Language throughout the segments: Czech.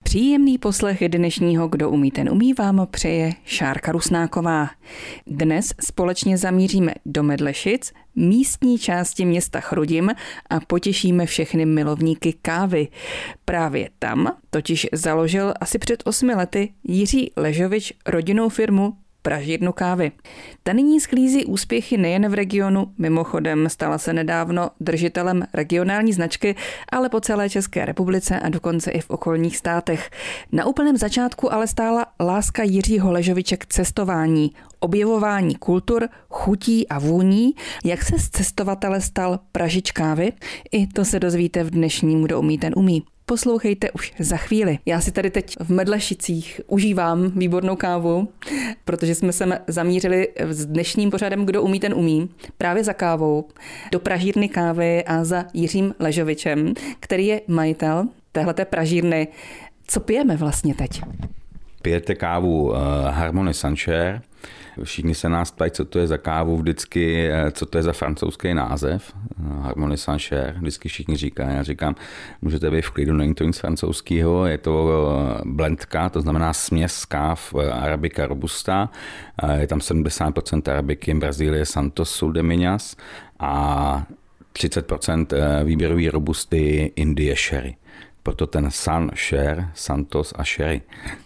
Příjemný poslech dnešního Kdo umí, ten umí vám přeje Šárka Rusnáková. Dnes společně zamíříme do Medlešic, místní části města Chrudim a potěšíme všechny milovníky kávy. Právě tam totiž založil asi před 8 lety Jiří Ležovič rodinnou firmu Pražírnu kávy. Ta nyní sklízí úspěchy nejen v regionu, mimochodem stala se nedávno držitelem regionální značky, ale po celé České republice a dokonce i v okolních státech. Na úplném začátku ale stála láska Jiřího Ležoviče k cestování, objevování kultur, chutí a vůní, jak se z cestovatele stal pražič kávy. I to se dozvíte v dnešním Kdo umí, ten umí. Poslouchejte už za chvíli. Já si tady teď v Medlešicích užívám výbornou kávu, protože jsme se zamířili s dnešním pořadem Kdo umí, ten umí, právě za kávou, do pražírny kávy a za Jiřím Ležovičem, který je majitel téhleté pražírny. Co pijeme vlastně teď? Pijete kávu Harmony Sancher. Všichni se nás ptají, co to je za kávu vždycky, co to je za francouzský název. Harmony Sancher, vždycky všichni říkají. Já říkám, můžete být v klidu, není to nic francouzského, je to blendka, to znamená směs káv Arabica Robusta. Je tam 70% arabiky, Brazílie, Santos, Sul de Minas a 30% výběrový robusty Indie Sherry. Proto ten Sancher, Santos a Sherry.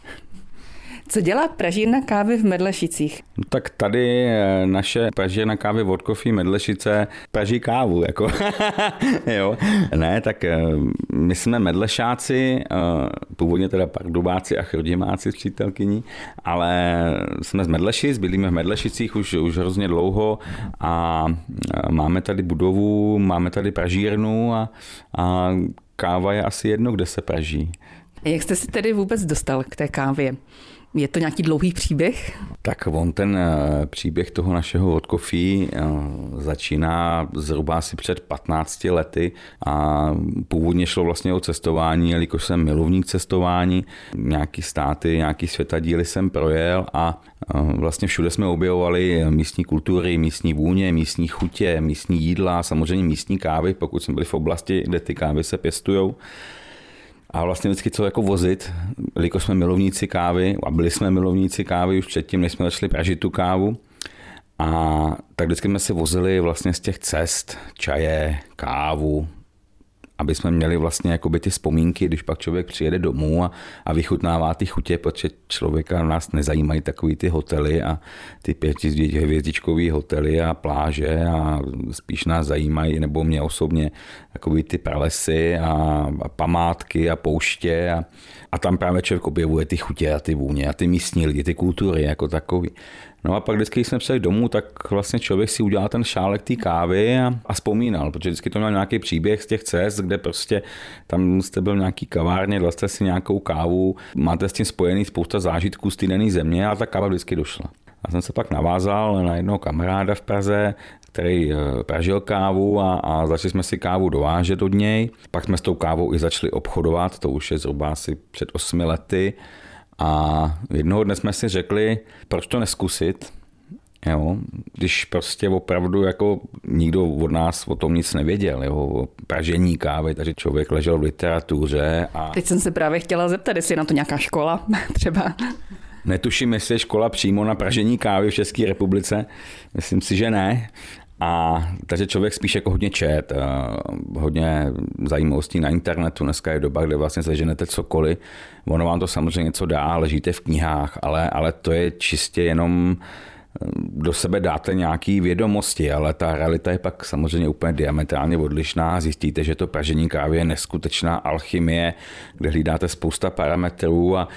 Co dělá pražírna kávy v Medlešicích? Tak tady naše pražírna kávy od Coffee Medlešice praží kávu. Jako. Jo. Ne, tak my jsme medlešáci, původně teda pardubáci a chrudimáci s přítelkyní, ale jsme z Medlešic, bydlíme v Medlešicích už hrozně dlouho a máme tady budovu, máme tady pražírnu a káva je asi jedno, kde se praží. Jak jste si tedy vůbec dostal k té kávě? Je to nějaký dlouhý příběh? Tak on ten příběh toho našeho od Coffee začíná zhruba asi před 15 lety a původně šlo vlastně o cestování, jelikož jsem milovník cestování. Nějaký státy, nějaký světadíly jsem projel a vlastně všude jsme objevovali místní kultury, místní vůně, místní chutě, místní jídla, samozřejmě místní kávy, pokud jsme byli v oblasti, kde ty kávy se pěstujou. A vlastně vždycky co jako vozit, jelikož jsme milovníci kávy, a byli jsme milovníci kávy už předtím, než jsme začali pražit tu kávu. A tak vždycky jsme si vozili vlastně z těch cest čaje, kávu, aby jsme měli vlastně jakoby ty vzpomínky, když pak člověk přijede domů a vychutnává ty chutě, protože člověka nás nezajímají takový ty hotely a ty 5hvězdičkový hotely a pláže a spíš nás zajímají, nebo mě osobně, takový ty pralesy a památky a pouště a tam právě člověk objevuje ty chutě a ty vůně a ty místní lidi, ty kultury jako takový. No a pak vždycky, když jsme přijeli domů, tak vlastně člověk si udělal ten šálek té kávy a vzpomínal, protože vždycky to měl nějaký příběh z těch cest, kde prostě tam jste byl v nějaký kavárně, dal jste si nějakou kávu, máte s tím spojený spousta zážitků z té dané země a ta káva vždycky došla. Já jsem se pak navázal na jednoho kamaráda v Praze, který pražil kávu a začali jsme si kávu dovážet od něj. Pak jsme s tou kávou i začali obchodovat, to už je zhruba asi před 8 lety. A jednoho dne jsme si řekli, proč to neskusit, jo? Když prostě opravdu jako nikdo od nás o tom nic nevěděl, jo? O pražení kávy, takže člověk ležel v literatuře. A teď jsem se právě chtěla zeptat, jestli je na to nějaká škola třeba. Netuším, jestli je škola přímo na pražení kávy v České republice, myslím si, že ne. Takže člověk spíš jako hodně čet, hodně zajímavostí na internetu. Dneska je doba, kde vlastně seženete cokoliv. Ono vám to samozřejmě něco dá, ležíte v knihách, ale to je čistě jenom do sebe dáte nějaké vědomosti, ale ta realita je pak samozřejmě úplně diametrálně odlišná. Zjistíte, že to pražení kávy je neskutečná alchymie, kde hlídáte spousta parametrů a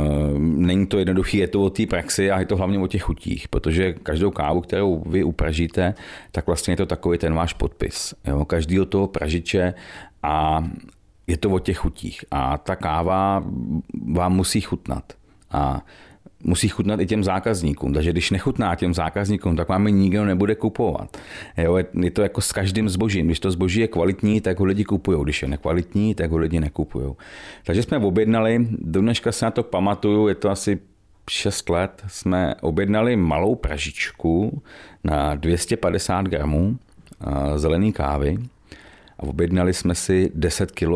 není to jednoduché, je to o té praxi a je to hlavně o těch chutích, protože každou kávu, kterou vy upražíte, tak vlastně je to takový ten váš podpis. Jo? Každýho toho pražiče a je to o těch chutích a ta káva vám musí chutnat. A musí chutnat i těm zákazníkům. Takže když nechutná těm zákazníkům, tak vám ji nikdo nebude kupovat. Jo, je to jako s každým zbožím. Když to zboží je kvalitní, tak ho lidi kupují. Když je nekvalitní, tak ho lidi nekupují. Takže jsme objednali, do dneška se na to pamatuju, je to asi 6 let, jsme objednali malou pražičku na 250 gramů zelený kávy a objednali jsme si 10 kilo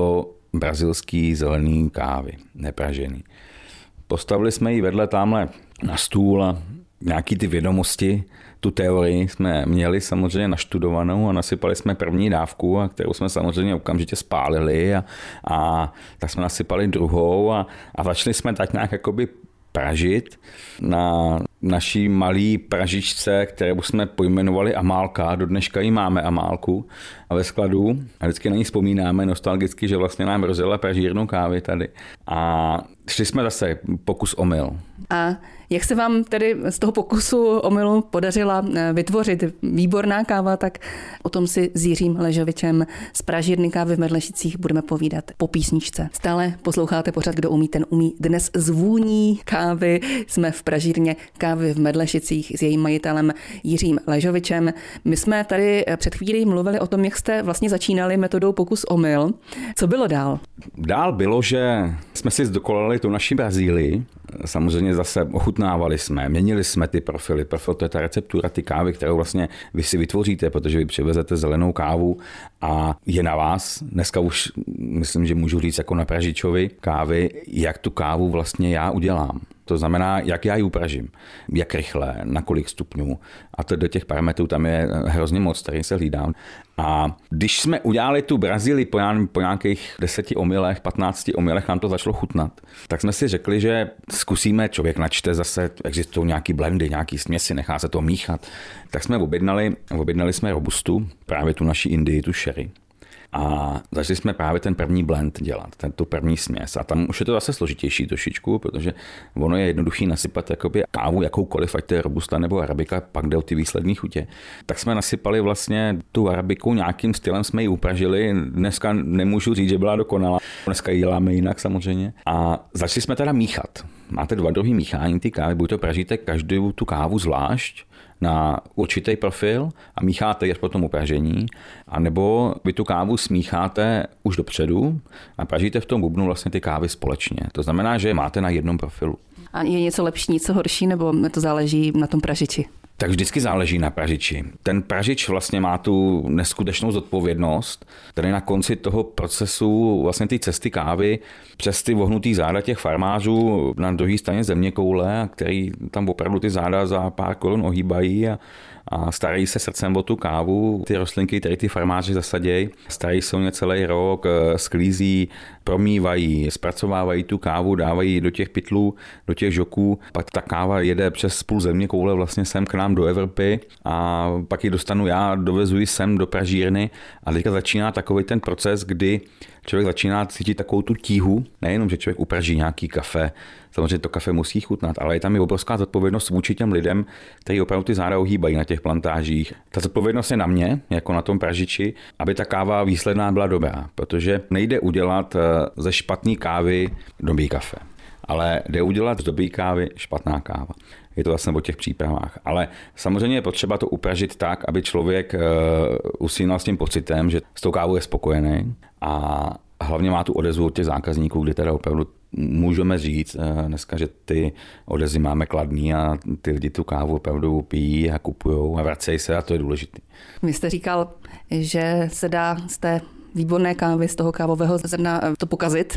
brazilský zelený kávy, nepražený. Postavili jsme ji vedle tamhle na stůl a nějaký ty vědomosti, tu teorii jsme měli samozřejmě naštudovanou a nasypali jsme první dávku, a kterou jsme samozřejmě okamžitě spálili a tak jsme nasypali druhou a začali jsme tak nějak jakoby pražit na naší malý pražičce, kterou jsme pojmenovali Amálka, do dneška jí máme Amálku a ve skladu a vždycky na ní vzpomínáme nostalgicky, že vlastně nám rozjela pražírnu kávy tady a šli jsme zase pokus omyl. A jak se vám tedy z toho pokusu omylu podařila vytvořit výborná káva, tak o tom si s Jiřím Ležovičem z pražírny kávy v Medlešicích budeme povídat po písničce. Stále posloucháte pořad Kdo umí, ten umí. Dnes z vůní kávy jsme v pražírně kávy v Medlešicích s jejím majitelem Jiřím Ležovičem. My jsme tady před chvílí mluvili o tom, jak jste vlastně začínali metodou pokus omyl. Co bylo dál? Dál bylo, že jsme si zdokonalili tu naši Brazílii. Samozřejmě zase ochutnávali jsme, měnili jsme ty profily. Profil to je ta receptura, ty kávy, kterou vlastně vy si vytvoříte, protože vy přivezete zelenou kávu a je na vás. Dneska už myslím, že můžu říct jako na pražičovi kávy, jak tu kávu vlastně já udělám. To znamená, jak já ji upražím, jak rychle, na kolik stupňů. A to do těch parametrů tam je hrozně moc, který se hlídám. A když jsme udělali tu Brazílii po nějakých 10 omylech, 15 omylech, nám to začalo chutnat, tak jsme si řekli, že zkusíme, člověk načte zase, existují nějaký blendy, nějaký směsi, nechá se to míchat. Tak jsme objednali jsme robustu, právě tu naši Indii, tu sherry. A začali jsme právě ten první blend dělat, tu první směs. A tam už je to zase složitější trošičku, protože ono je jednoduchý nasypat jakoby kávu jakoukoliv, ať to je robusta nebo arabika, pak jde o ty výslední chutě. Tak jsme nasypali vlastně tu arabiku, nějakým stylem jsme ji upražili. Dneska nemůžu říct, že byla dokonalá. Dneska ji děláme jinak samozřejmě. A začali jsme teda míchat. Máte 2 druhy míchání ty kávy, buď to pražíte každou tu kávu zvlášť na určitý profil a mícháte je až po tom upražení, anebo vy tu kávu smícháte už dopředu a pražíte v tom bubnu vlastně ty kávy společně. To znamená, že máte na jednom profilu. A je něco lepší, něco horší, nebo to záleží na tom pražiči? Tak vždycky záleží na pražiči. Ten pražič vlastně má tu neskutečnou zodpovědnost, tady na konci toho procesu vlastně ty cesty kávy přes ty vohnutý záda těch farmářů na druhé straně zeměkoule, který tam opravdu ty záda za pár korun ohýbají a starají se srdcem o tu kávu. Ty rostlinky, které ty farmáři zasadějí, starají se o ně celý rok, sklízí, promývají, zpracovávají tu kávu, dávají do těch pytlů, do těch žoků. Pak ta káva jede přes půl zeměkoule vlastně sem k nám do Evropy a pak ji dostanu já, dovezu ji sem do pražírny a teďka začíná takový ten proces, kdy člověk začíná cítit takovou tu tíhu, nejenom, že člověk upraží nějaký kafe, samozřejmě to kafe musí chutnat, ale je tam i obrovská zodpovědnost vůči těm lidem, kteří opravdu ty záda ohýbají na těch plantážích. Ta zodpovědnost je na mě, jako na tom pražiči, aby ta káva výsledná byla dobrá, protože nejde udělat ze špatný kávy dobrý kafe, ale jde udělat z dobrý kávy špatná káva. Je to vlastně o těch přípravách. Ale samozřejmě je potřeba to upražit tak, aby člověk usínal s tím pocitem, že s tou kávou je spokojený a hlavně má tu odezvu od těch zákazníků, kdy teda opravdu můžeme říct dneska, že ty odezvy máme kladný a ty lidi tu kávu opravdu pijí a kupujou a vracejí se a to je důležité. Vy jste říkal, že se dá z té výborné kávy, z toho kávového zrna to pokazit.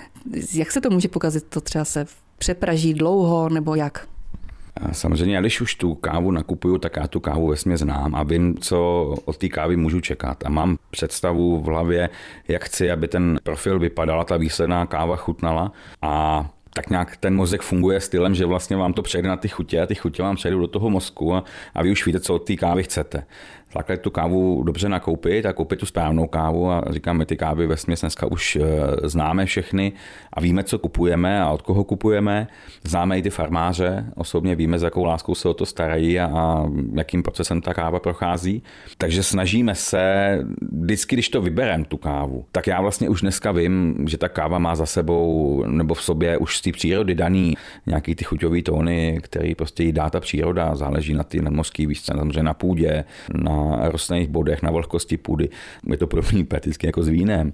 Jak se to může pokazit? To třeba se přepraží dlouho nebo jak? Samozřejmě, když už tu kávu nakupuju, tak já tu kávu vesměs znám a vím, co od té kávy můžu čekat. A mám představu v hlavě, jak chci, aby ten profil vypadal, ta výsledná káva chutnala a tak nějak ten mozek funguje stylem, že vlastně vám to přejde na ty chutě a ty chutě vám přejdou do toho mozku a vy už víte, co od té kávy chcete. Takhle tu kávu dobře nakoupit a koupit tu správnou kávu a říkám, my ty kávy vesměs dneska už známe všechny a víme, co kupujeme a od koho kupujeme. Známe i ty farmáře, osobně víme, s jakou láskou se o to starají a jakým procesem ta káva prochází. Takže snažíme se, vždycky, když to vyberem tu kávu, tak já vlastně už dneska vím, že ta káva má za sebou nebo v sobě už z té přírody daný nějaký ty chuťové tóny, který prostě jí dá ta příroda, záleží na ty nadmořské výšce, samozřejmě na půdě, na rostlinných bodech, na vlhkosti půdy. Je to podobný prakticky jako s vínem.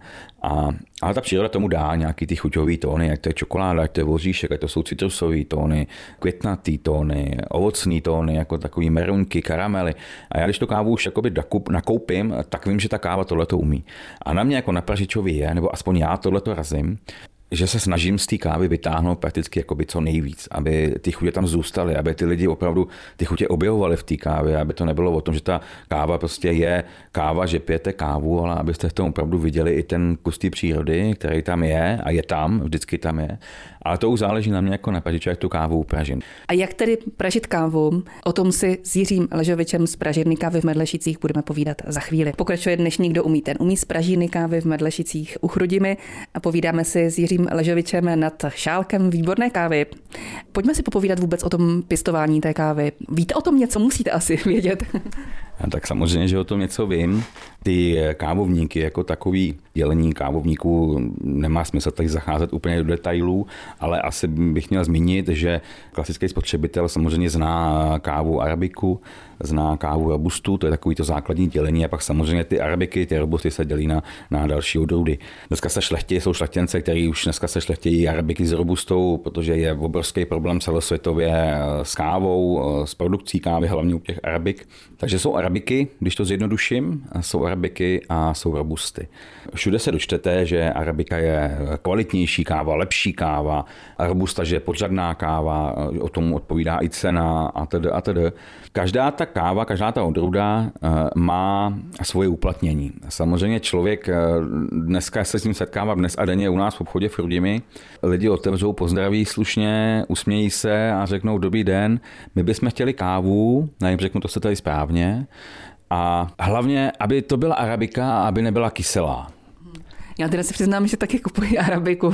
Ale ta příroda tomu dá nějaký ty chuťové tóny, jak to je čokoláda, jak to je voříšek, jak to jsou citrusové tóny, květnatý tóny, ovocný tóny, jako takový merunky, karamely. A já když tu kávu už jakoby nakoupím, tak vím, že ta káva tohleto umí. A na mě jako na pražičovi je, nebo aspoň já tohleto razím, že se snažím z té kávy vytáhnout prakticky jakoby co nejvíc, aby ty chutě tam zůstaly, aby ty lidi opravdu ty chutě objevovali v té kávě, aby to nebylo o tom, že ta káva prostě je káva, že pijete kávu, ale abyste v tom opravdu viděli i ten kus té přírody, který tam je a je tam, vždycky tam je. Ale to už záleží na mě jako na pražiči, jak tu kávu pražím. A jak tedy pražit kávu? O tom si s Jiřím Ležovičem z pražírny kávy v Medlešicích budeme povídat za chvíli. Pokračuje dnešní Kdo umí, ten umí z pražírny kávy v Medlešicích u Chrudimi a povídáme si s Jiřím Ležovičem nad šálkem výborné kávy. Pojďme si popovídat vůbec o tom pěstování té kávy. Víte o tom něco? Musíte asi vědět. Tak samozřejmě, že o tom něco vím. Ty kávovníky jako takový dělení kávovníků nemá smysl tady zacházet úplně do detailů, ale asi bych měl zmínit, že klasický spotřebitel samozřejmě zná kávu arabiku, zná kávu robustu, to je takový to základní dělení a pak samozřejmě ty arabiky, ty robusty se dělí na další odrůdy. Dneska se jsou šlechtěnce, kteří už dneska se šlechtějí arabiky s robustou, protože je obrovský problém celosvětově s kávou, s produkcí kávy, hlavně u těch arabik. Takže jsou arabiky, když to zjednoduším, jsou arabiky a jsou robusty. Všude se dočtete, že arabika je kvalitnější káva, lepší káva, a robusta, že je podřadná káva, o tom odpovídá i cena atd. Každá ta káva, každá ta odrůda má svoje uplatnění. Samozřejmě člověk dneska se s tím setkává dnes a denně u nás v obchodě v Chrudimi. Lidi otevřou, pozdraví slušně, usmějí se a řeknou dobrý den, my bychom chtěli kávu, nevím, řeknu to se tady správně, a hlavně, aby to byla arabika a aby nebyla kyselá. Já teda si přiznám, že taky kupuji arabiku.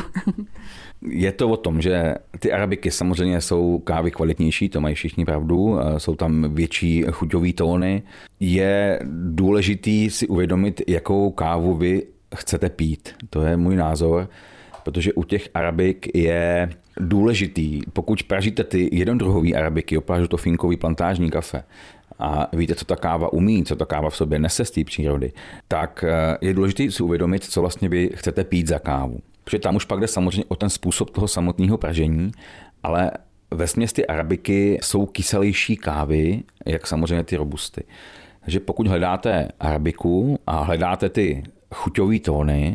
Je to o tom, že ty arabiky samozřejmě jsou kávy kvalitnější, to mají všichni pravdu, jsou tam větší chuťové tóny. Je důležitý si uvědomit, jakou kávu vy chcete pít. To je můj názor, protože u těch arabik je důležitý, pokud pražíte ty jednodruhové arabiky, oplážu to finkový plantážní kafe, a víte, co ta káva umí, co ta káva v sobě nese z té přírody, tak je důležité si uvědomit, co vlastně vy chcete pít za kávu. Protože tam už pak jde samozřejmě o ten způsob toho samotného pražení, ale vesměs ty arabiky jsou kyselější kávy, jak samozřejmě ty robusty. Takže pokud hledáte arabiku a hledáte ty chuťové tóny,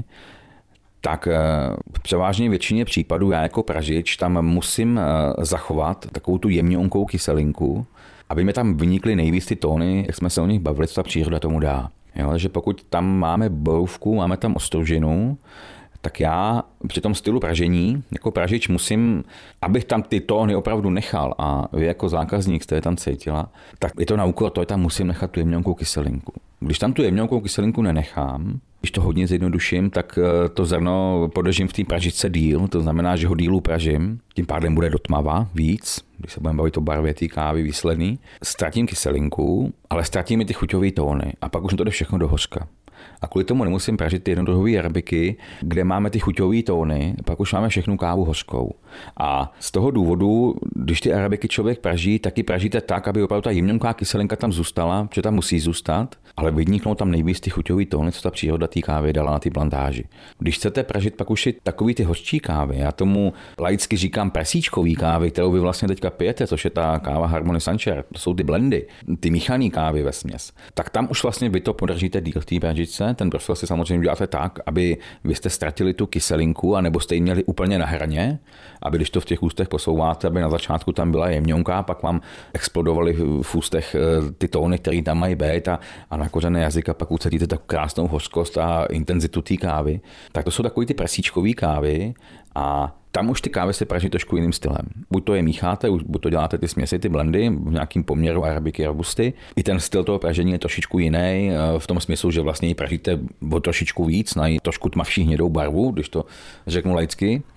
tak v převážně většině případů já jako pražič tam musím zachovat takovou tu jemňonkou kyselinku, aby mi tam vynikly nejvíc ty tóny, jak jsme se o nich bavili, co ta příroda tomu dá. Jo, takže pokud tam máme borůvku, máme tam ostrožinu, tak já při tom stylu pražení, jako pražič musím, abych tam ty tóny opravdu nechal a vy jako zákazník jste je tam cítila, tak je to na úkor, to je tam musím nechat tu jemňonkou kyselinku. Když tam tu jemňonkou kyselinku nenechám, když to hodně zjednoduším, tak to zrno podržím v té pražičce díl, to znamená, že ho dílu pražím, tím pádem bude do tmava víc, když se budeme bavit o barvě té kávy výsledný, ztratím kyselinku, ale ztratím i ty chuťové tóny a pak už to jde všechno do hořka. A kvůli tomu nemusím pražit ty jednodruhové arabiky, kde máme ty chuťové tóny, pak už máme všechnu kávu hořkou. A z toho důvodu, když ty arabiky člověk praží, tak ji pražíte tak, aby opravdu ta jemňonká kyselinka tam zůstala, že tam musí zůstat, ale vyniknou tam nejvíc ty chuťové tóny, co ta příroda té kávy dala na ty plantáži. Když chcete pražit pak už i takový ty hořčí kávy, já tomu laicky říkám presíčkový kávy, kterou vy vlastně teďka pijete, což je ta káva Harmony Sancher, to jsou ty blendy, ty míchané kávy vesměs. Tak tam už vlastně vy to podržíte díl v té pražičce. Ten prostor si samozřejmě uděláte tak, aby vy jste ztratili tu kyselinku, anebo jste ji měli úplně na hraně, aby když to v těch ústech posouváte, aby na začátku tam byla jemňonka, pak vám explodovaly v ústech ty tóny, které tam mají být a na kořené jazyka pak ucítíte tak krásnou hořkost a intenzitu té kávy. Tak to jsou takový ty presíčkový kávy a tam už ty kávy se praží trošku jiným stylem. Buď to je mícháte, buď to děláte ty směsi, ty blendy v nějakým poměru arabiky a robusty. I ten styl toho pražení je trošičku jiný, v tom smyslu, že vlastně ji pražíte o trošičku víc, na trošku tmavší hnědou barvu, když to řeknu laicky.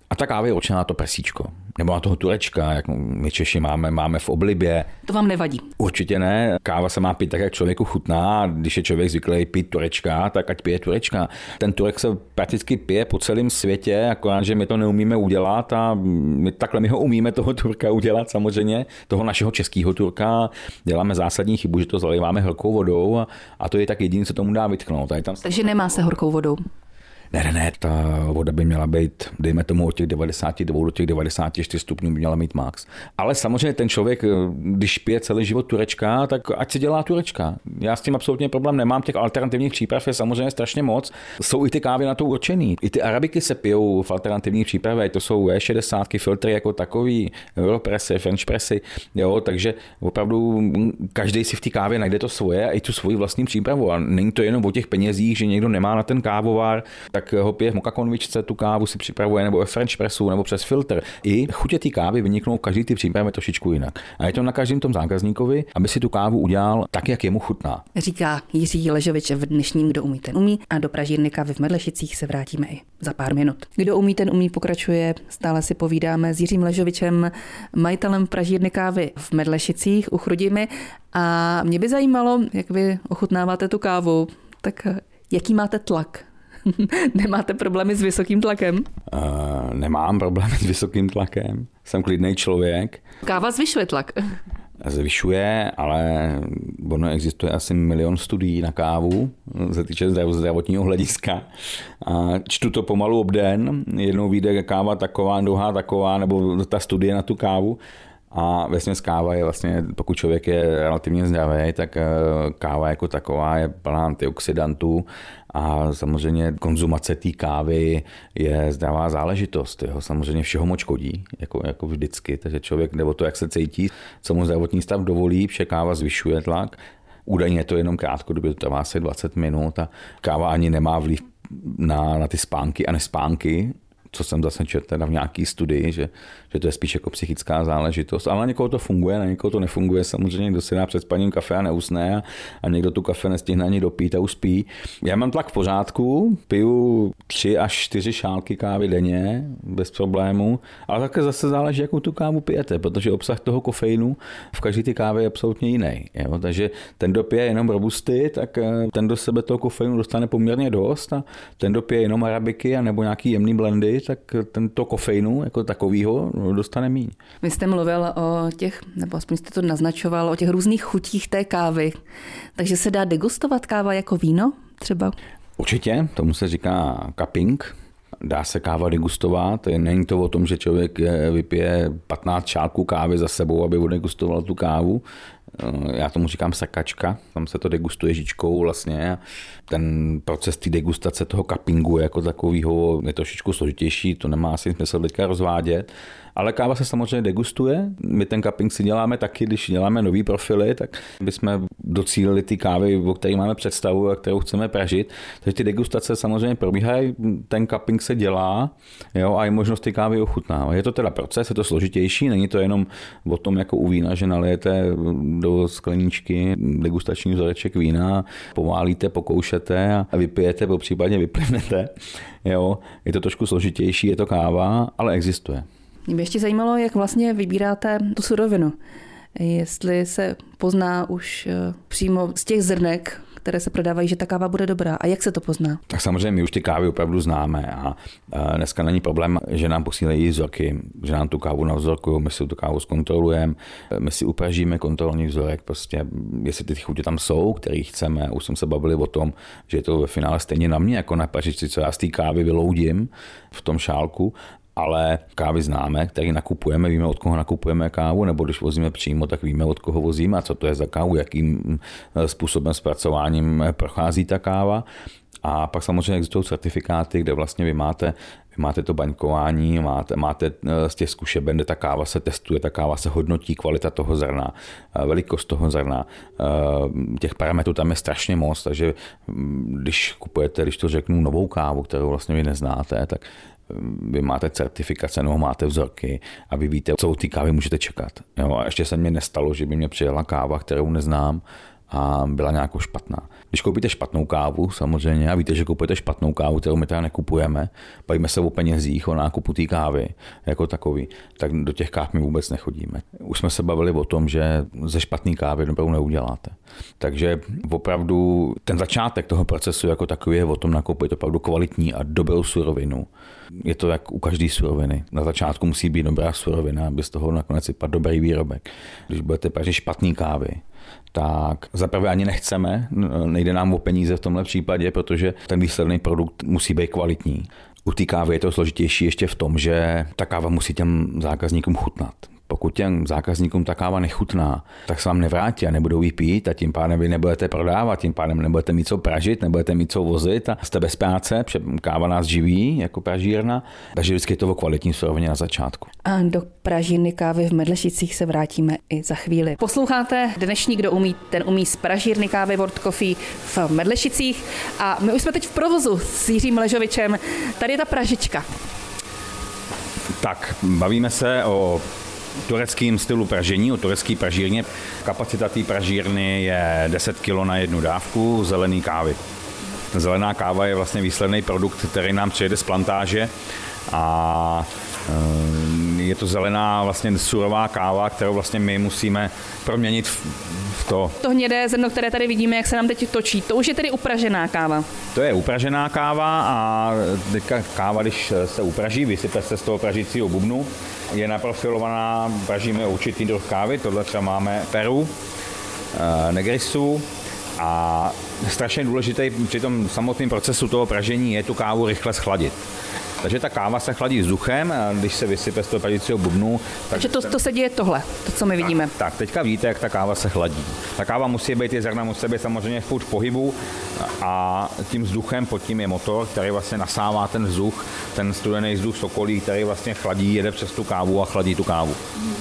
A ta káva je určená na to prsíčko. Nebo na toho turečka, jak my Češi máme v oblibě. To vám nevadí? Určitě ne. Káva se má pít tak, jak člověku chutná. Když je člověk zvyklý pít turečka, tak ať pije turečka. Ten turek se prakticky pije po celém světě, akorát, že my to neumíme udělat a my ho umíme toho turka udělat samozřejmě, toho našeho českého turka. Děláme zásadní chybu, že to zaliváme horkou vodou a to je tak jediné, co tomu dá vytknout. Takže nemá se horkou vodou? Ne, ta voda by měla být, dejme tomu, od těch 92 do těch 94 stupňů by měla mít max. Ale samozřejmě ten člověk, když pije celý život turečka, tak ať si dělá turečka. Já s tím absolutně problém nemám, těch alternativních příprav je samozřejmě strašně moc. Jsou i ty kávy na to určený. I ty arabiky se pijou v alternativních přípravách, to jsou V60, filtry jako takový, Europressy, French pressy, jo, takže opravdu každý si v té kávě najde to svoje a i tu svoji vlastní přípravu. A není to jenom o těch penězích, že někdo nemá na ten kávovar, tak ho pije v moka konvičce, tu kávu si připravuje nebo ve French pressu nebo přes filtr. I chutě té kávy vyniknou každý ty přípravy trošičku jinak. A je to na každém tom zákazníkovi, aby si tu kávu udělal tak, jak jemu chutná. Říká Jiří Ležovič v dnešním Kdo umí, ten umí a do pražírny kávy v Medlešicích se vrátíme i za pár minut. Kdo umí, ten umí pokračuje. Stále si povídáme s Jiřím Ležovičem, majitelem pražírny kávy v Medlešicích u Chrudimi. A mě by zajímalo, jak vy ochutnáváte tu kávu, tak jaký máte tlak? Nemáte problémy s vysokým tlakem? Nemám problémy s vysokým tlakem. Jsem klidný člověk. Káva zvyšuje tlak. Zvyšuje, ale ono existuje asi 1 milion studií na kávu, se týče zdravotního hlediska. A čtu to pomalu obden, jednou vyjde káva taková, druhá taková, nebo ta studie na tu kávu. A vesměs káva je vlastně, pokud člověk je relativně zdravý, tak káva jako taková je plná antioxidantů a samozřejmě konzumace té kávy je zdravá záležitost. Jo. Samozřejmě všeho moc škodí, jako vždycky, takže člověk nebo to, jak se cítí, co mu zdravotní stav dovolí, protože káva zvyšuje tlak. Údajně je to jenom krátkodobě, to trvá asi 20 minut a káva ani nemá vliv na ty spánky a nespánky, co jsem zase četl teda v nějaký studii, že to je spíš jako psychická záležitost. Ale na někoho to funguje, na někoho to nefunguje. Samozřejmě, kdo si dá před spaním kafe a neusne a někdo tu kafe nestihne ani dopít a uspí. Já mám tlak v pořádku, piju 3 až 4 šálky kávy denně, bez problému, ale také zase záleží, jakou tu kávu pijete, protože obsah toho kofeinu v každé ty kávě je absolutně jiný. Jo? Takže ten, kdo pije jenom robusty, tak ten do sebe toho kofeinu dostane poměrně dost a ten, kdo pije jenom arabiky a nebo nějaký jemný blendy, tak tento kofeinu jako takovýho dostane míň. Vy jste mluvil o těch, nebo aspoň jste to naznačoval, o těch různých chutích té kávy. Takže se dá degustovat káva jako víno třeba? Určitě, tomu se říká cupping. Dá se káva degustovat, není to o tom, že člověk vypije 15 šálků kávy za sebou, aby odegustoval tu kávu. Já tomu říkám sakačka, tam se to degustuje žičkou vlastně. Ten proces té degustace toho cuppingu jako takového je trošičku složitější, to nemá asi smysl teďka rozvádět. Ale káva se samozřejmě degustuje. My ten cupping si děláme taky, když děláme nový profily, tak bychom docílili ty kávy, o které máme představu a kterou chceme pražit. Takže ty degustace samozřejmě probíhají, ten cupping se dělá, jo, a je možnost ty kávy ochutnávat. Je to teda proces, je to složitější, není to jenom o tom, jako u vína, že nalijete do skleničky degustační vzoreček vína, poválíte, pokoušete a vypijete, popřípadě vyplivnete. Jo, je to trošku složitější, je to káva, ale existuje. Mě by ještě zajímalo, jak vlastně vybíráte tu surovinu. Jestli se pozná už přímo z těch zrnek, které se prodávají, že ta káva bude dobrá. A jak se to pozná? Tak samozřejmě my už ty kávy opravdu známe a dneska není problém, že nám posílají vzorky, že nám tu kávu navzorkují, my si tu kávu zkontrolujeme, my si upražíme kontrolní vzorek, prostě jestli ty chutě tam jsou, který chceme. Už jsem se bavili o tom, že je to ve finále stejně na mě, jako na pražičci, co já z té kávy vyloudím v tom šálku. Ale kávy známe, který nakupujeme, víme, od koho nakupujeme kávu, nebo když vozíme přímo, tak víme, od koho vozíme a co to je za kávu, jakým způsobem zpracováním prochází ta káva. A pak samozřejmě existují certifikáty, kde vlastně vy máte to baňkování, máte z těch zkušeben, kde ta káva se testuje, ta káva se hodnotí, kvalita toho zrna, velikost toho zrna. Těch parametrů tam je strašně moc, takže když kupujete, když to řeknu, novou kávu, kterou vlastně vy neznáte, tak vy máte certifikace nebo máte vzorky a vy víte, co od té kávy můžete čekat. Jo, a ještě se mně nestalo, že by mě přijela káva, kterou neznám a byla nějakou špatná. Když koupíte špatnou kávu, samozřejmě, a víte, že kupujete špatnou kávu, kterou my teda nekupujeme, bavíme se o penězích, o nákupu té kávy jako takový, tak do těch káv my vůbec nechodíme. Už jsme se bavili o tom, že ze špatné kávy dobrou neuděláte. Takže opravdu ten začátek toho procesu jako takový je o tom nakoupit opravdu kvalitní a dobrou surovinu. Je to jak u každé suroviny. Na začátku musí být dobrá surovina, aby z toho nakonec vypadl dobrý výrobek. Když budete pražit špatný kávy, tak zaprvé ani nechceme, nejde nám o peníze v tomhle případě, protože ten výsledný produkt musí být kvalitní. U té kávy je to složitější ještě v tom, že ta káva musí těm zákazníkům chutnat. Pokud těm zákazníkům ta káva nechutná, tak se vám nevrátí a nebudou ji pít a tím pádem vy nebudete prodávat, tím pádem nebudete mít co pražit, nebudete mít co vozit a jste bez práce, protože káva nás živí jako pražírna, takže vždycky je to o kvalitní surovině na začátku. A do pražírny kávy v Medlešicích se vrátíme i za chvíli. Posloucháte dnešní Kdo umí, ten umí z pražírny kávy World Coffee v Medlešicích a my už jsme teď v provozu s Jiřím Ležovičem. Tady je ta pražička. Tak, bavíme se o tureckým stylu pražení, o turecké pražírně. Kapacita té pražírny je 10 kg na jednu dávku zelené kávy. Zelená káva je vlastně výsledný produkt, který nám přijede z plantáže a je to zelená vlastně surová káva, kterou vlastně my musíme proměnit v to. To hnědé zrno, které tady vidíme, jak se nám teď točí, to už je tedy upražená káva. To je upražená káva a teďka káva, když se upraží, vysype se z toho pražícího bubnu, je naprofilovaná, pražíme určitý druh kávy, tohle třeba máme Peru, Negrisu a strašně důležité při tom samotném procesu toho pražení je tu kávu rychle schladit. Takže ta káva se chladí vzduchem, a když se vysype z toho pražícího bubnu. Takže to se děje tohle, to, co my vidíme. Tak, teďka vidíte, jak ta káva se chladí. Ta káva musí být, ty zrna musí být samozřejmě furt v pohybu a tím vzduchem pod tím je motor, který vlastně nasává ten vzduch, ten studený vzduch z okolí, který vlastně chladí, jede přes tu kávu a chladí tu kávu.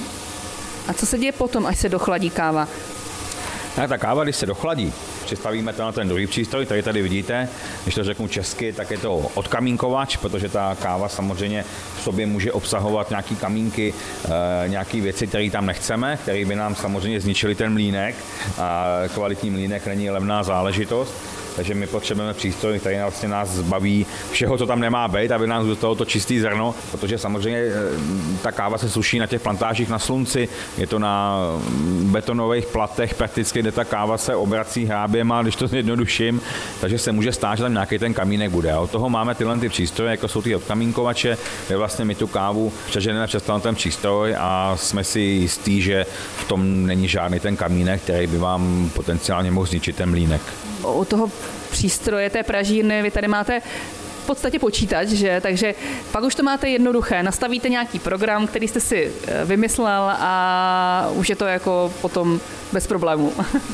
A co se děje potom, až se dochladí káva? Tak ta káva, když se dochladí, přistavíme to na ten druhý přístroj, který tady vidíte, když to řeknu česky, tak je to odkamínkovač, protože ta káva samozřejmě v sobě může obsahovat nějaký kamínky, nějaké věci, které tam nechceme, které by nám samozřejmě zničily ten mlýnek a kvalitní mlýnek není levná záležitost. Takže my potřebujeme přístroj, který vlastně nás zbaví všeho, co tam nemá být, aby nám zůstalo to čistý zrno, protože samozřejmě ta káva se suší na těch plantážích na slunci, je to na betonových platech prakticky, kde ta káva se obrací hráběma, když to zjednoduším, takže se může stát, že tam nějaký ten kamínek bude. A od toho máme tyhle ty přístroje, jako jsou ty odkamínkovače, kde vlastně my tu kávu přeženeme přes ten přístroj a jsme si jistí, že v tom není žádný ten kamínek, který by vám potenciálně mohl zničit ten mlýnek. U toho přístroje té pražírny vy tady máte v podstatě počítač, že? Takže pak už to máte jednoduché. Nastavíte nějaký program, který jste si vymyslel a už je to jako potom bez problémů.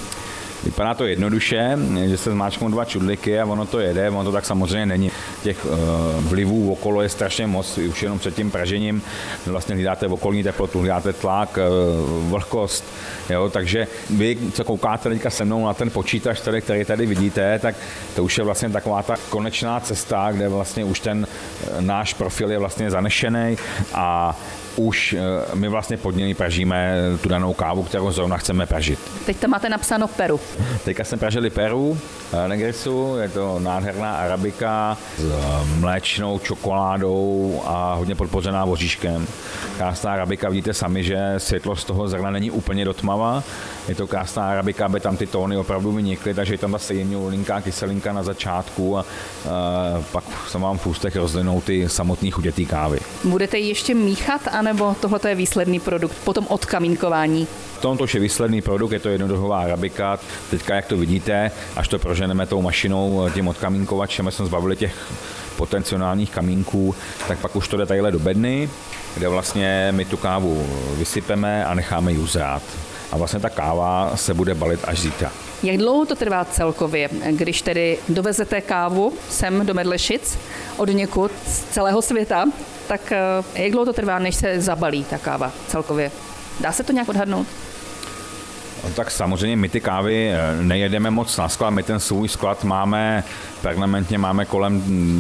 Vypadá to jednoduše, že se zmáčknou dva čudliky a ono to jede, ono to tak samozřejmě není. Těch vlivů okolo je strašně moc, už jenom před tím pražením vlastně hlídáte okolní teplotu, hlídáte tlak, vlhkost, jo, takže vy, co koukáte teďka se mnou na ten počítač, který tady vidíte, tak to už je vlastně taková ta konečná cesta, kde vlastně už ten náš profil je vlastně zanešený a už my vlastně pod něj pražíme tu danou kávu, kterou zrovna chceme pražit. Teď tam máte napsáno Peru. Teďka jsme pražili Peru, Negrisu, je to nádherná arabika s mléčnou čokoládou a hodně podpořená voříškem. Krásná arabika, vidíte sami, že světlo z toho zrna není úplně dotmavá. Je to krásná arabika, aby tam ty tóny opravdu vynikly, takže je tam zase jemňoulinká kyselinka na začátku a pak se vám v ústech rozlinou ty samotné chutě té kávy. Budete ji ještě míchat, anebo tohle je výsledný produkt po tom odkamínkování? Tohle je výsledný produkt, je to jednoduchová arabika. Teďka, jak to vidíte, až to proženeme tou mašinou, tím odkamínkovačem, jsme zbavili těch potenciálních kamínků, tak pak už to jde tadyhle do bedny, kde vlastně my tu kávu vysypeme a necháme ji uzrát. A vlastně ta káva se bude balit až zítra. Jak dlouho to trvá celkově, když tedy dovezete kávu sem do Medlešic od někud z celého světa, tak jak dlouho to trvá, než se zabalí ta káva celkově? Dá se to nějak odhadnout? No, tak samozřejmě my ty kávy nejedeme moc na sklad, my ten svůj sklad máme, permanentně máme kolem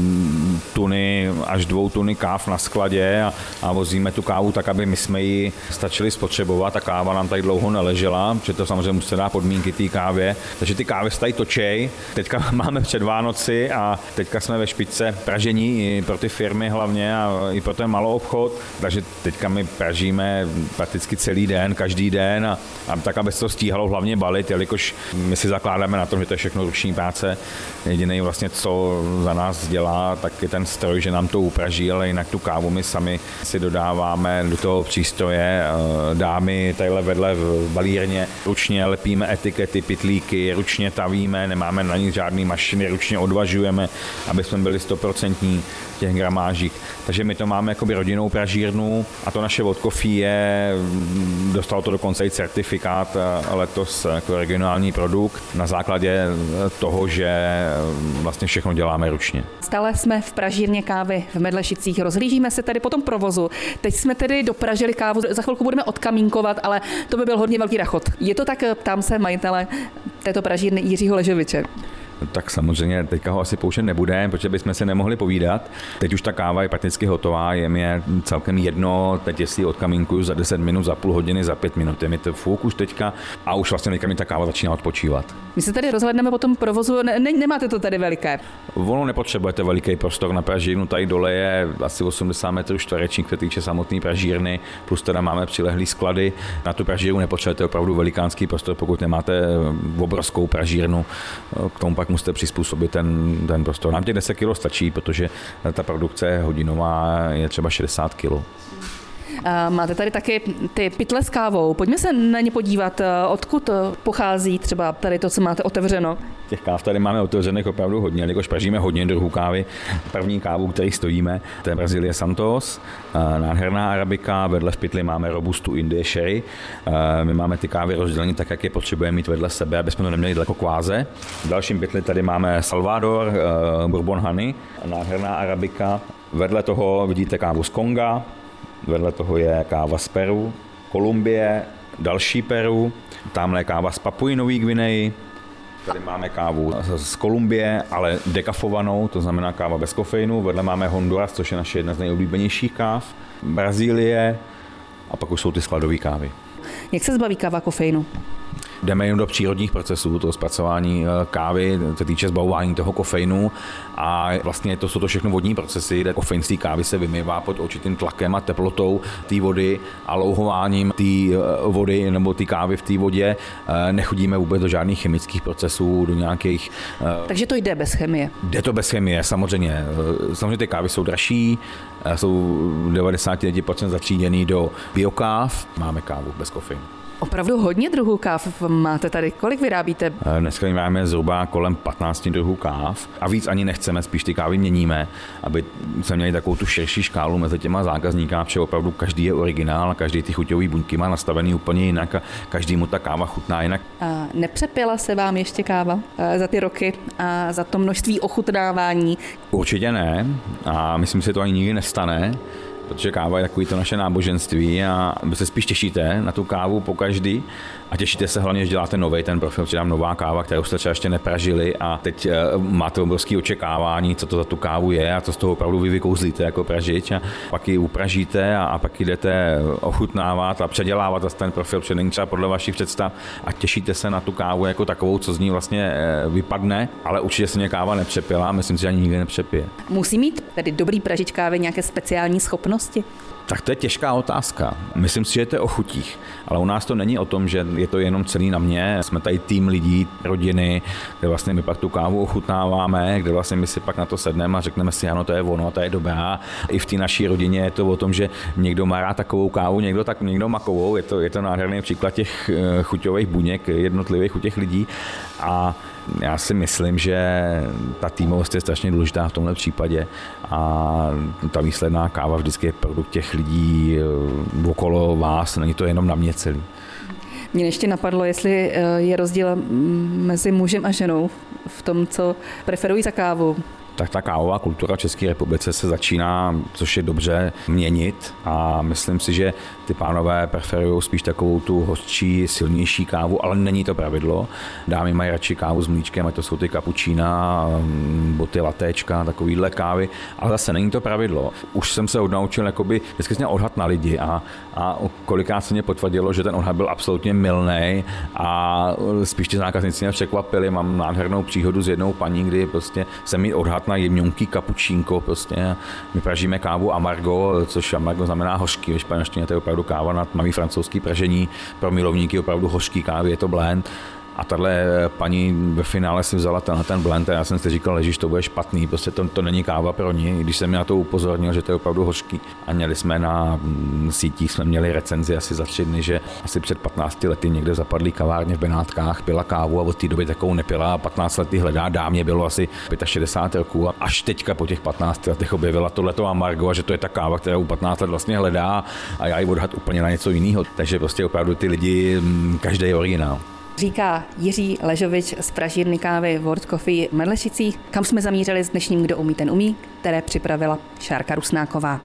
tuny až 2 tuny káv na skladě a vozíme tu kávu tak, aby my jsme ji stačili spotřebovat. Ta káva nám tady dlouho neležela, protože to samozřejmě musí dát podmínky té kávě, takže ty kávy se tady točej. Teďka máme před Vánoci a teďka jsme ve špičce pražení i pro ty firmy hlavně a i pro ten malou obchod, takže teďka my pražíme prakticky celý den, každý den a tak, aby se to stíhalo hlavně balit, jelikož my si zakládáme na tom, že to je všechno ruční práce. Jediný vlastně, co za nás dělá, tak je ten stroj, že nám to upraží, ale jinak tu kávu my sami si dodáváme do toho přístroje. Dámy tadyhle vedle v balírně ručně lepíme etikety, pytlíky, ručně tavíme, nemáme na nic žádný mašiny, ručně odvažujeme, aby jsme byli 100% v těch gramážích. Takže my to máme jakoby rodinnou pražírnu a to naše Vodka je, dostalo to dokonce i certifikát letos jako regionální produkt na základě toho, že vlastně všechno děláme ručně. Stále jsme v pražírně kávy v Medlešicích, rozhlížíme se tady po tom provozu. Teď jsme tedy dopražili kávu, za chvilku budeme odkamínkovat, ale to by byl hodně velký rachot. Je to tak, ptám se majitele této pražírny Jiřího Ležoviče. Tak samozřejmě teďka ho asi pouštět nebudeme, protože bychom se nemohli povídat. Teď už ta káva je prakticky hotová, je mi celkem jedno, teď jestli odkamínkuju za 10 minut, za půl hodiny, za 5 minut. Je mi to fuk už teďka a už vlastně teďka mi ta káva začíná odpočívat. My se tady rozhledneme po tom provozu, nemáte to tady veliké? Ono nepotřebujete veliký prostor na pražírnu, tady dole je asi 80 metrů čtverečních, co týče samotné pražírny, plus teda máme přilehlý sklady. Na tu pražírnu nepotřebujete opravdu velikánský prostor, pokud nemáte obrovskou pražírnu, k tomu pak musíte přizpůsobit ten prostor. Nám těch 10 kg stačí, protože ta produkce hodinová je třeba 60 kg. Máte tady taky ty pytle s kávou. Pojďme se na ně podívat, odkud pochází třeba tady to, co máte otevřeno. Těch káv tady máme otevřených opravdu hodně, jelikož pražíme hodně druhů kávy. První kávu, který stojíme, to je Brazílie Santos, nádherná arabika, vedle v pytli máme robustu Indie Sherry. My máme ty kávy rozdělené tak, jak je potřebujeme mít vedle sebe, aby jsme to neměli daleko kváze. V dalším pytli tady máme Salvador, Bourbon Honey, nádherná arabika. Vedle toho vidíte kávu z Konga, vedle toho je káva z Peru, Kolumbie, další Peru, tamhle je káva z Papuji Nový Gvineji, tady máme kávu z Kolumbie, ale dekafovanou, to znamená káva bez kofeinu, vedle máme Honduras, což je naše jedna z nejoblíbenějších káv, Brazílie a pak už jsou ty skladové kávy. Jak se zbaví káva kofeinu? Jdeme jen do přírodních procesů, toho zpracování kávy, se týče zbavování toho kofeinu a vlastně to jsou to všechno vodní procesy, kde kofein z té kávy se vymývá pod určitým tlakem a teplotou té vody a louhováním té vody nebo té kávy v té vodě. Nechodíme vůbec do žádných chemických procesů, do nějakých... Takže to jde bez chemie? Jde to bez chemie, samozřejmě. Samozřejmě ty kávy jsou dražší, jsou 99% zatříděný do biokáv, máme kávu bez kofeinu. Opravdu hodně druhů káv máte tady. Kolik vyrábíte? Dneska máme zhruba kolem 15 druhů káv a víc ani nechceme, spíš ty kávy měníme, aby jsme měli takovou tu širší škálu mezi těma zákazníky, protože opravdu každý je originál a každý ty chuťové buňky má nastavený úplně jinak a každému ta káva chutná jinak. A nepřepila se vám ještě káva za ty roky a za to množství ochutnávání? Určitě ne a myslím si, že to ani nikdy nestane. Protože káva je takový to naše náboženství a vy se spíš těšíte na tu kávu pokaždý a těšíte se hlavně, že děláte nový ten profil, přidám nová káva, kterou jste třeba ještě nepražili a teď máte obrovské očekávání, co to za tu kávu je a co z toho opravdu vy vykouzlíte jako pražič a pak ji upražíte a pak jdete ochutnávat a předělávat zase ten profil, protože není třeba podle vašich představ a těšíte se na tu kávu jako takovou, co z ní vlastně vypadne, ale určitě se mě káva nepřepila, myslím si, že ani nikdy nepřepije. Musí mít tedy dobrý pražič kávy nějaké speciální schopnosti? Tak to je těžká otázka. Myslím si, že to je o chutích, ale u nás to není o tom, že je to jenom celý na mě. Jsme tady tým lidí, rodiny, kde vlastně my pak tu kávu ochutnáváme, kde vlastně my si pak na to sedneme a řekneme si, ano, to je ono, to je dobrá. I v té naší rodině je to o tom, že někdo má rád takovou kávu, někdo makovou. Je to nádherný příklad těch chuťových buněk jednotlivých u těch lidí a já si myslím, že ta týmovost je strašně důležitá v tomhle případě a ta výsledná káva vždycky je produkt těch lidí okolo vás, není to jenom na mě celý. Mně ještě napadlo, jestli je rozdíl mezi mužem a ženou v tom, co preferují za kávu. tak ta kávová kultura v České republice se začíná, což je dobře, měnit a myslím si, že ty pánové preferují spíš takovou tu hořčí, silnější kávu, ale není to pravidlo. Dámy mají radši kávu s mlíčkem, ať to jsou ty kapučína, boty latéčka, takovýhle kávy, ale zase není to pravidlo. Už jsem se odnaučil jakoby vždycky jsem odhad na lidi a kolikrát se mě potvrdilo, že ten odhad byl absolutně mylnej a spíš ty zákazníci mě překvapili. Mám nádhernou příhodu s jednou paní, kdy prostě jsem jí odhad na jemňonký kapučínko, prostě my pražíme kávu amargo, což amargo znamená hořký, ve španělštině to je opravdu káva na tmavý francouzský pražení, pro milovníky opravdu hořký kávy, je to blend. A tahle paní ve finále si vzala ten blend a já jsem si říkal, že to bude špatný, prostě to není káva pro ní, když jsem mě na to upozornil, že to je opravdu hořký. A měli jsme na sítích, jsme měli recenzi asi za 3 dny, že asi před 15 lety někde v zapadlý kavárně v Benátkách pila kávu a od té doby takovou nepila a 15 lety hledá, dámě bylo asi 65 roků a až teďka po těch 15 letech objevila tohleto amargo a že to je ta káva, která u 15 let vlastně hledá a já ji odhad úplně na něco jiného. Takže prostě opravdu ty lidi, každý je originál. Říká Jiří Ležovič z pražírny kávy World Coffee v Medlešicích, kam jsme zamířili s dnešním Kdo umí, ten umí, které připravila Šárka Rusnáková.